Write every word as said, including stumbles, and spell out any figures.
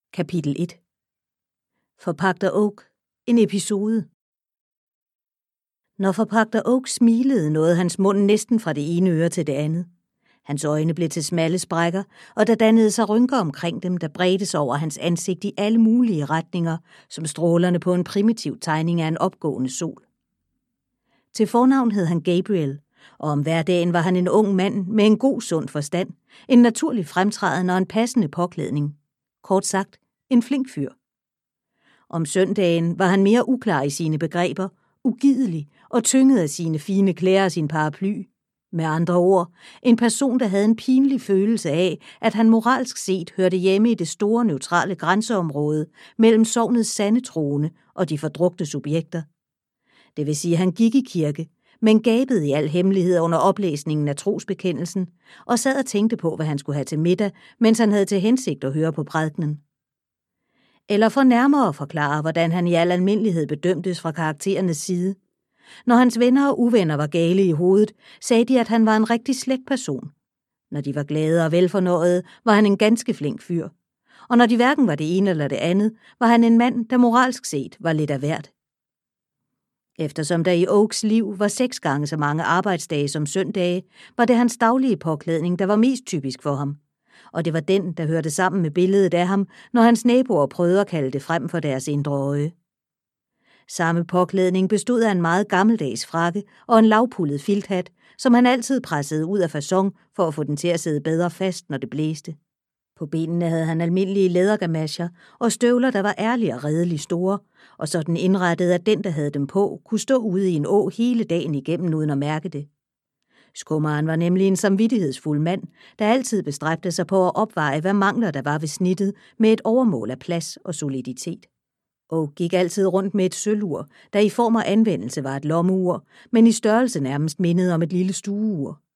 Kapitel et. Forpagter Oak. En episode. Når forpagter Oak smilede, nåede hans mund næsten fra det ene øre til det andet. Hans øjne blev til smalle sprækker, og der dannede sig rynker omkring dem, der bredte sig over hans ansigt i alle mulige retninger, som strålerne på en primitiv tegning af en opgående sol. Til fornavn hed han Gabriel, og om hverdagen var han en ung mand med en god sund forstand, en naturlig fremtræden og en passende påklædning. Kort sagt, en flink fyr. Om søndagen var han mere uklar i sine begreber, ugidelig og tynget af sine fine klæder og sin paraply. Med andre ord, en person, der havde en pinlig følelse af, at han moralsk set hørte hjemme i det store neutrale grænseområde mellem sognets sande troende og de fordrukne subjekter. Det vil sige, at han gik i kirke, men gabede i al hemmelighed under oplæsningen af trosbekendelsen og sad og tænkte på, hvad han skulle have til middag, mens han havde til hensigt at høre på prædikenen. Eller for nærmere at forklare, hvordan han i al almindelighed bedømtes fra karakterernes side. Når hans venner og uvenner var gale i hovedet, sagde de, at han var en rigtig slægt person. Når de var glade og velfornøjede, var han en ganske flink fyr. Og når de hverken var det ene eller det andet, var han en mand, der moralsk set var lidt af hvert. Eftersom der i Oaks liv var seks gange så mange arbejdsdage som søndage, var det hans daglige påklædning, der var mest typisk for ham. Og det var den, der hørte sammen med billedet af ham, når hans naboer prøvede at kalde det frem for deres indre øje. Samme påklædning bestod af en meget gammeldags frakke og en lavpullet filthat, som han altid pressede ud af facon for at få den til at sidde bedre fast, når det blæste. På benene havde han almindelige lædergamasjer og støvler, der var ærlige og redeligt store, og sådan indrettet, at den, der havde dem på, kunne stå ude i en å hele dagen igennem uden at mærke det. Skummeren var nemlig en samvittighedsfuld mand, der altid bestræbte sig på at opveje, hvad mangler der var ved snittet med et overmål af plads og soliditet. Og gik altid rundt med et sølvur, der i form og anvendelse var et lommeur, men i størrelse nærmest mindede om et lille stueur.